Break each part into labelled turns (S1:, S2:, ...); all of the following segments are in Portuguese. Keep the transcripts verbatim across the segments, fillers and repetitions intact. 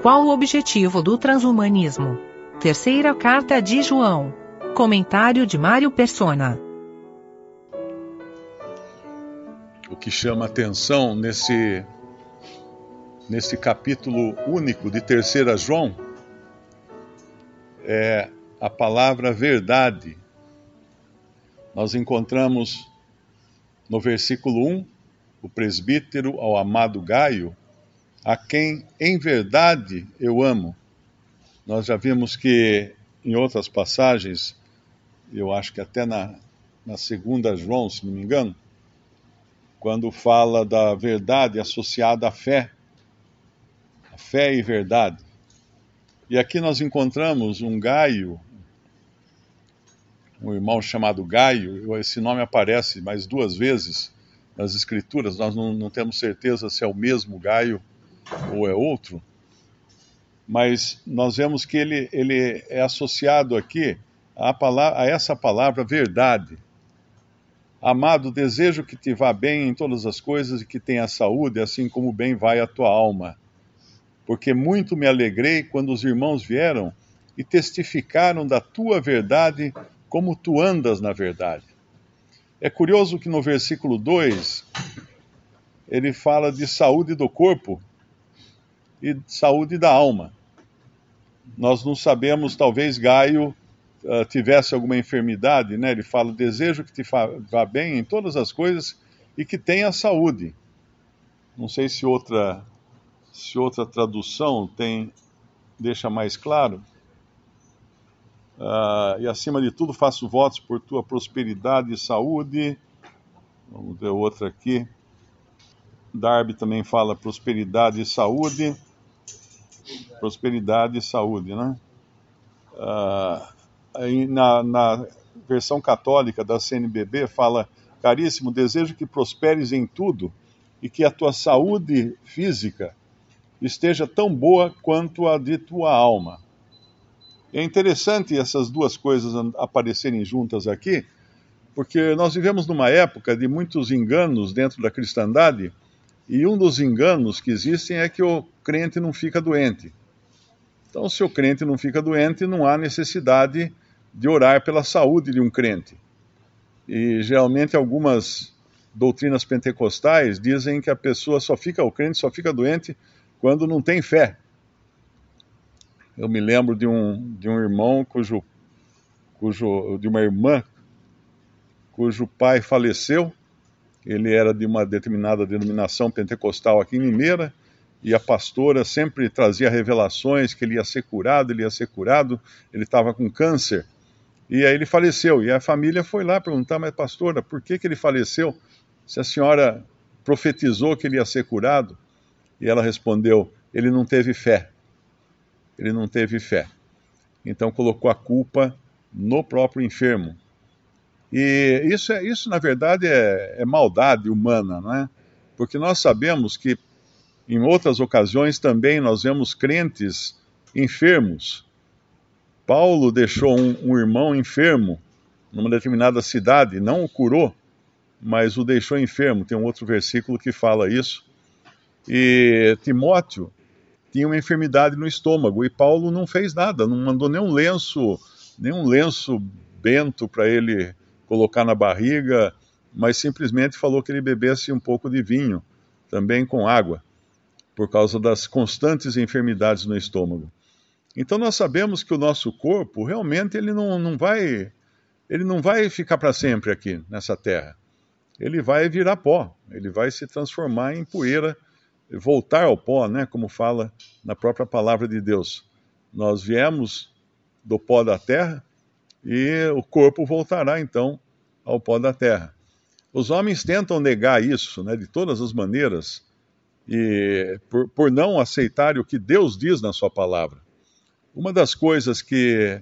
S1: Qual o objetivo do transhumanismo? Terceira carta de João. Comentário de Mário Persona.
S2: O que chama atenção nesse, nesse capítulo único de Terceira João é a palavra verdade. Nós encontramos no versículo um, o presbítero ao amado Gaio, a quem em verdade eu amo. Nós já vimos que em outras passagens, eu acho que até na, na segunda João, se não me engano, quando fala da verdade associada à fé, a fé e verdade. E aqui nós encontramos um Gaio, um irmão chamado Gaio. Esse nome aparece mais duas vezes nas Escrituras. Nós não, não temos certeza se é o mesmo Gaio ou é outro, mas nós vemos que ele, ele é associado aqui a, palavra, a essa palavra verdade. Amado, desejo que te vá bem em todas as coisas e que tenha saúde, assim como bem vai a tua alma. Porque muito me alegrei quando os irmãos vieram e testificaram da tua verdade, como tu andas na verdade. É curioso que no versículo dois, ele fala de saúde do corpo e saúde da alma. Nós não sabemos, talvez Gaio uh, tivesse alguma enfermidade, né? Ele fala, desejo que te vá bem em todas as coisas e que tenha saúde. Não sei se outra, se outra tradução tem, deixa mais claro. Uh, e acima de tudo faço votos por tua prosperidade e saúde. Vamos ver outra aqui. Darby também fala prosperidade e saúde. Prosperidade e saúde, né? Uh, aí na, na versão católica da C N B B fala, caríssimo, desejo que prosperes em tudo e que a tua saúde física esteja tão boa quanto a de tua alma. É interessante essas duas coisas aparecerem juntas aqui, porque nós vivemos numa época de muitos enganos dentro da cristandade, e um dos enganos que existem é que o crente não fica doente. Então, se o crente não fica doente, não há necessidade de orar pela saúde de um crente. E geralmente algumas doutrinas pentecostais dizem que a pessoa só fica, o crente só fica doente quando não tem fé. Eu me lembro de um, de um irmão cujo, cujo, de uma irmã cujo pai faleceu. Ele era de uma determinada denominação pentecostal aqui em Limeira, e a pastora sempre trazia revelações que ele ia ser curado, ele ia ser curado, ele estava com câncer, e aí ele faleceu, e a família foi lá perguntar, mas pastora, por que que ele faleceu? Se a senhora profetizou que ele ia ser curado? E ela respondeu, ele não teve fé, ele não teve fé. Então colocou a culpa no próprio enfermo. E isso, é, isso na verdade, é, é maldade humana, não é? Porque nós sabemos que em outras ocasiões também nós vemos crentes enfermos. Paulo deixou um, um irmão enfermo numa determinada cidade, não o curou, mas o deixou enfermo. Tem um outro versículo que fala isso. E Timóteo tinha uma enfermidade no estômago, e Paulo não fez nada, não mandou nenhum lenço, nenhum lenço bento para ele colocar na barriga, mas simplesmente falou que ele bebesse um pouco de vinho, também com água, por causa das constantes enfermidades no estômago. Então nós sabemos que o nosso corpo, realmente, ele não, não vai, ele não vai ficar para sempre aqui, nessa terra. Ele vai virar pó, ele vai se transformar em poeira, voltar ao pó, né, como fala na própria palavra de Deus. Nós viemos do pó da terra e o corpo voltará, então, ao pó da terra. Os homens tentam negar isso, né, de todas as maneiras, e por, por não aceitarem o que Deus diz na sua palavra. Uma das coisas que,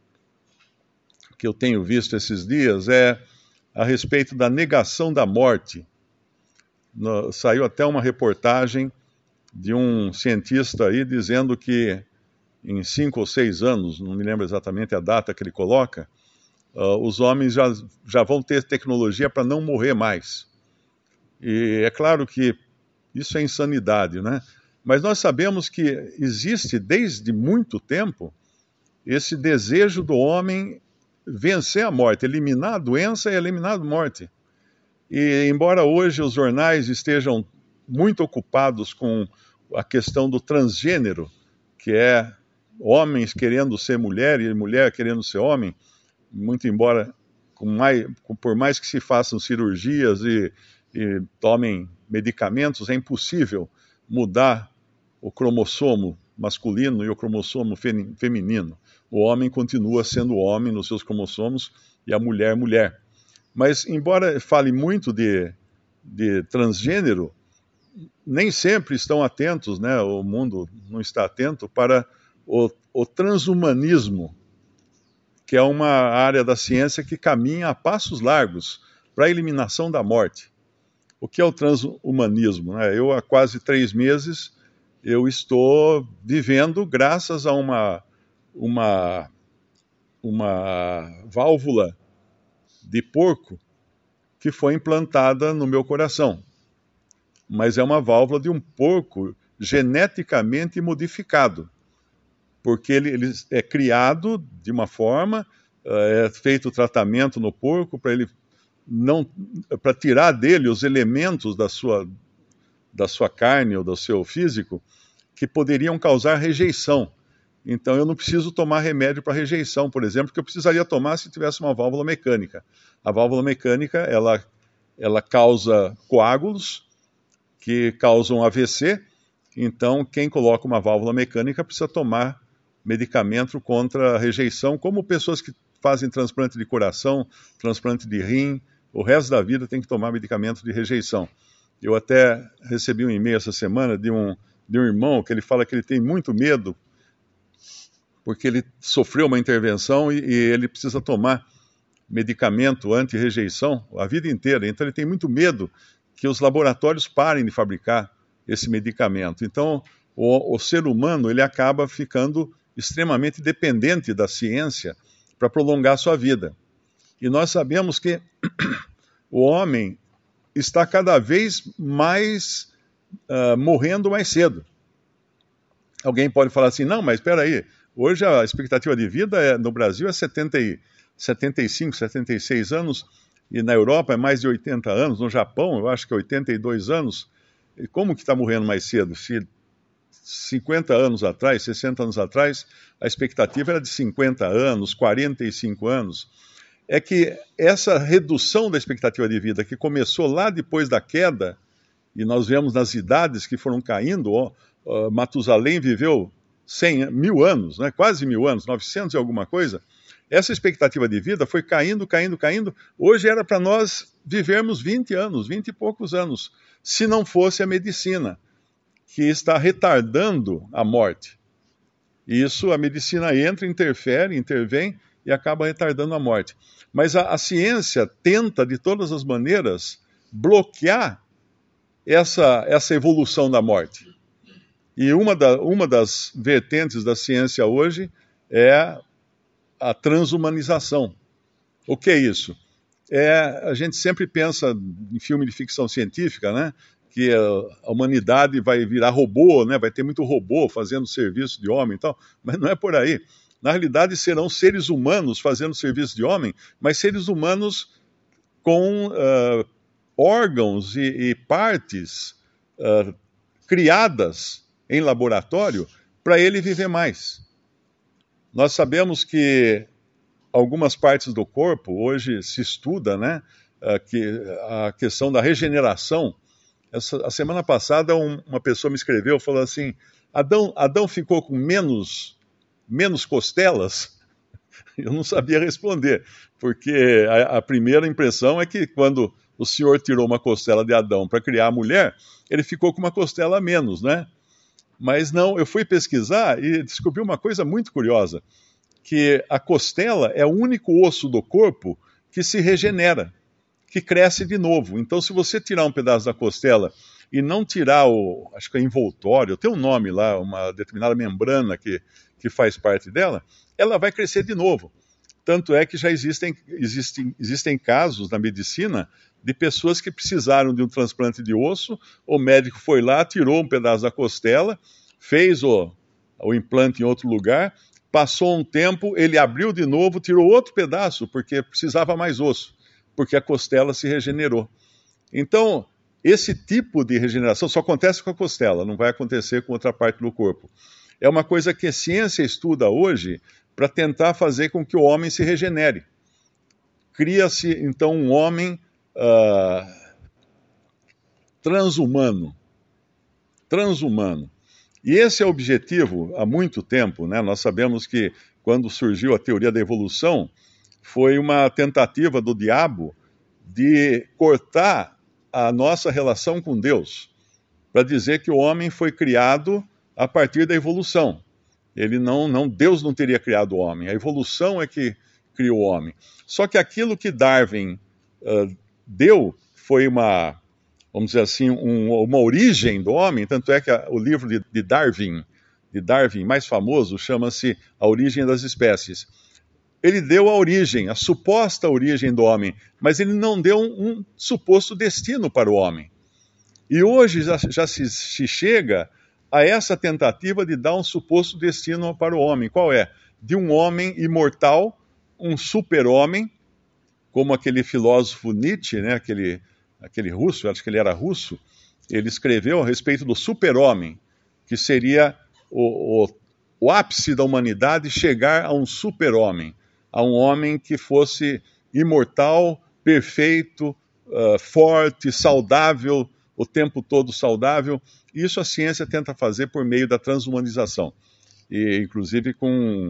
S2: que eu tenho visto esses dias é a respeito da negação da morte. No, saiu até uma reportagem de um cientista aí dizendo que em cinco ou seis anos, não me lembro exatamente a data que ele coloca, uh, os homens já, já vão ter tecnologia para não morrer mais. E é claro que isso é insanidade, né? Mas nós sabemos que existe desde muito tempo esse desejo do homem vencer a morte, eliminar a doença e eliminar a morte. E embora hoje os jornais estejam muito ocupados com a questão do transgênero, que é homens querendo ser mulher e mulher querendo ser homem, muito embora com mais, por mais que se façam cirurgias e, e tomem medicamentos, é impossível mudar o cromossomo masculino e o cromossomo feminino. O homem continua sendo homem nos seus cromossomos e a mulher, mulher. Mas, embora fale muito de, de transgênero, nem sempre estão atentos, né? O mundo não está atento para o, o transhumanismo, que é uma área da ciência que caminha a passos largos para a eliminação da morte. O que é o transhumanismo? Né? Eu, há quase três meses, eu estou vivendo graças a uma, uma, uma válvula de porco que foi implantada no meu coração. Mas é uma válvula de um porco geneticamente modificado, porque ele, ele é criado de uma forma, é feito o tratamento no porco para ele não, para tirar dele os elementos da sua, da sua carne ou do seu físico que poderiam causar rejeição. Então eu não preciso tomar remédio para rejeição, por exemplo, que eu precisaria tomar se tivesse uma válvula mecânica. A válvula mecânica, ela, ela causa coágulos que causam A V C, então quem coloca uma válvula mecânica precisa tomar medicamento contra a rejeição, como pessoas que fazem transplante de coração, transplante de rim, o resto da vida tem que tomar medicamento de rejeição. Eu até recebi um e-mail essa semana de um, de um irmão que ele fala que ele tem muito medo porque ele sofreu uma intervenção e, e ele precisa tomar medicamento anti-rejeição a vida inteira, então ele tem muito medo que os laboratórios parem de fabricar esse medicamento. Então, o, o ser humano ele acaba ficando extremamente dependente da ciência para prolongar a sua vida. E nós sabemos que o homem está cada vez mais uh, morrendo mais cedo. Alguém pode falar assim, não, mas espera aí, hoje a expectativa de vida é, no Brasil é setenta e, setenta e cinco, setenta e seis anos, e na Europa é mais de oitenta anos, no Japão eu acho que é oitenta e dois anos. E como que está morrendo mais cedo? Se cinquenta anos atrás, sessenta anos atrás, a expectativa era de cinquenta anos, quarenta e cinco anos. É que essa redução da expectativa de vida, que começou lá depois da queda, e nós vemos nas idades que foram caindo, ó, ó, Matusalém viveu cem, mil anos, né, quase mil anos, novecentos e alguma coisa. Essa expectativa de vida foi caindo, caindo, caindo. Hoje era para nós vivermos vinte anos, vinte e poucos anos, se não fosse a medicina, que está retardando a morte. Isso, a medicina entra, interfere, intervém e acaba retardando a morte. Mas a, a ciência tenta, de todas as maneiras, bloquear essa, essa evolução da morte. E uma, da, uma das vertentes da ciência hoje é a transhumanização. O que é isso? É, a gente sempre pensa em filme de ficção científica, né? Que a humanidade vai virar robô, né? Vai ter muito robô fazendo serviço de homem e tal, mas não é por aí. Na realidade, serão seres humanos fazendo serviço de homem, mas seres humanos com uh, órgãos e, e partes uh, criadas em laboratório para ele viver mais. Nós sabemos que algumas partes do corpo, hoje se estuda, né, uh, que a questão da regeneração. Essa, a semana passada um, uma pessoa me escreveu, falou assim, Adão, Adão ficou com menos, menos costelas? Eu não sabia responder, porque a, a primeira impressão é que quando o Senhor tirou uma costela de Adão para criar a mulher, ele ficou com uma costela a menos, né? Mas não, eu fui pesquisar e descobri uma coisa muito curiosa, que a costela é o único osso do corpo que se regenera, que cresce de novo. Então, se você tirar um pedaço da costela e não tirar o, acho que é envoltório, tem um nome lá, uma determinada membrana que, que faz parte dela, ela vai crescer de novo. Tanto é que já existem, existem, existem casos na medicina de pessoas que precisaram de um transplante de osso, o médico foi lá, tirou um pedaço da costela, fez o, o implante em outro lugar, passou um tempo, ele abriu de novo, tirou outro pedaço, porque precisava mais osso, porque a costela se regenerou. Então, esse tipo de regeneração só acontece com a costela, não vai acontecer com outra parte do corpo. É uma coisa que a ciência estuda hoje para tentar fazer com que o homem se regenere. Cria-se, então, um homem uh, transhumano. Transhumano. E esse é o objetivo há muito tempo, né? Nós sabemos que quando surgiu a teoria da evolução, foi uma tentativa do diabo de cortar a nossa relação com Deus, para dizer que o homem foi criado a partir da evolução. Ele não, não, Deus não teria criado o homem, a evolução é que criou o homem. Só que aquilo que Darwin uh, deu foi uma, vamos dizer assim, um, uma origem do homem, tanto é que a, o livro de, de Darwin, de Darwin mais famoso, chama-se A Origem das Espécies. Ele deu a origem, a suposta origem do homem, mas ele não deu um, um suposto destino para o homem. E hoje já, já se, se chega a essa tentativa de dar um suposto destino para o homem. Qual é? De um homem imortal, um super-homem, como aquele filósofo Nietzsche, né? aquele, aquele russo, acho que ele era russo, ele escreveu a respeito do super-homem, que seria o, o, o ápice da humanidade, chegar a um super-homem, a um homem que fosse imortal, perfeito, uh, forte, saudável, o tempo todo saudável. Isso a ciência tenta fazer por meio da transhumanização, e, inclusive com,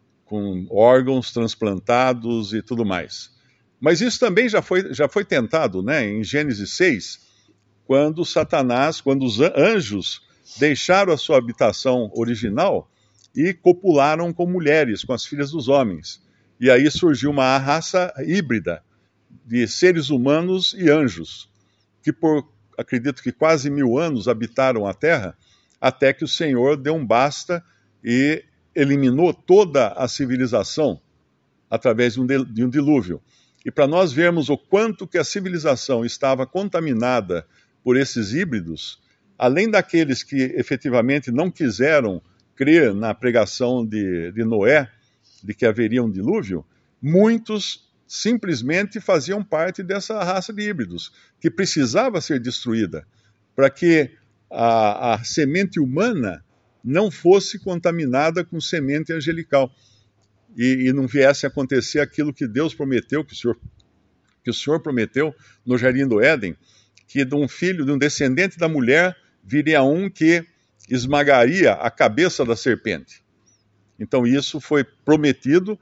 S2: com órgãos transplantados e tudo mais. Mas isso também já foi, já foi tentado, né, em Gênesis seis, quando Satanás, quando os anjos deixaram a sua habitação original e copularam com mulheres, com as filhas dos homens. E aí surgiu uma raça híbrida de seres humanos e anjos, que por, acredito que quase mil anos habitaram a Terra, até que o Senhor deu um basta e eliminou toda a civilização através de um, de, de um dilúvio. E para nós vermos o quanto que a civilização estava contaminada por esses híbridos, além daqueles que efetivamente não quiseram crer na pregação de, de Noé, de que haveria um dilúvio, muitos simplesmente faziam parte dessa raça de híbridos, que precisava ser destruída, para que a, a semente humana não fosse contaminada com semente angelical, e, e não viesse a acontecer aquilo que Deus prometeu, que o Senhor, que o Senhor prometeu no Jardim do Éden, que de um filho, de um descendente da mulher, viria um que esmagaria a cabeça da serpente. Então isso foi prometido.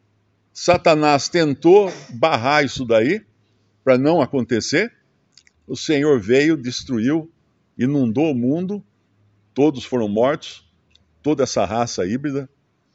S2: Satanás tentou barrar isso daí, para não acontecer. O Senhor veio, destruiu, inundou o mundo, todos foram mortos, toda essa raça híbrida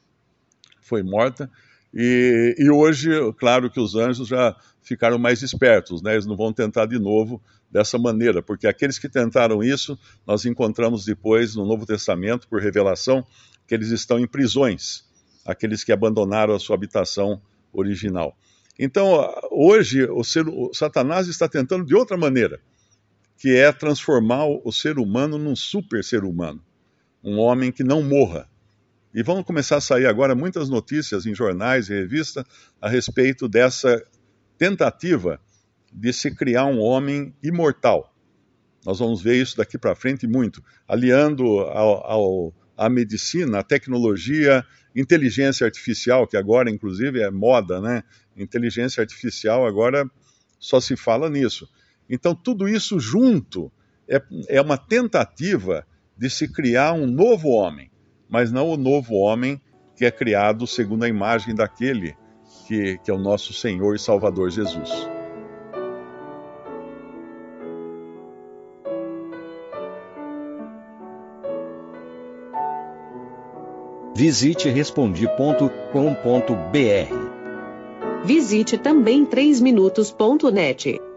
S2: foi morta. E, e hoje, claro que os anjos já ficaram mais espertos, né? Eles não vão tentar de novo dessa maneira, porque aqueles que tentaram isso, nós encontramos depois no Novo Testamento, por revelação, que eles estão em prisões, aqueles que abandonaram a sua habitação original. Então, hoje, o, ser, o Satanás está tentando de outra maneira, que é transformar o ser humano num super ser humano, um homem que não morra. E vão começar a sair agora muitas notícias em jornais e revistas a respeito dessa tentativa de se criar um homem imortal. Nós vamos ver isso daqui para frente muito, aliando ao, ao, à medicina, à tecnologia, inteligência artificial, que agora, inclusive, é moda, né? Inteligência artificial agora só se fala nisso. Então, tudo isso junto é, é uma tentativa de se criar um novo homem, mas não o novo homem que é criado segundo a imagem daquele que, que é o nosso Senhor e Salvador Jesus.
S3: Visite respondi ponto com ponto br.
S1: Visite também três minutos ponto net.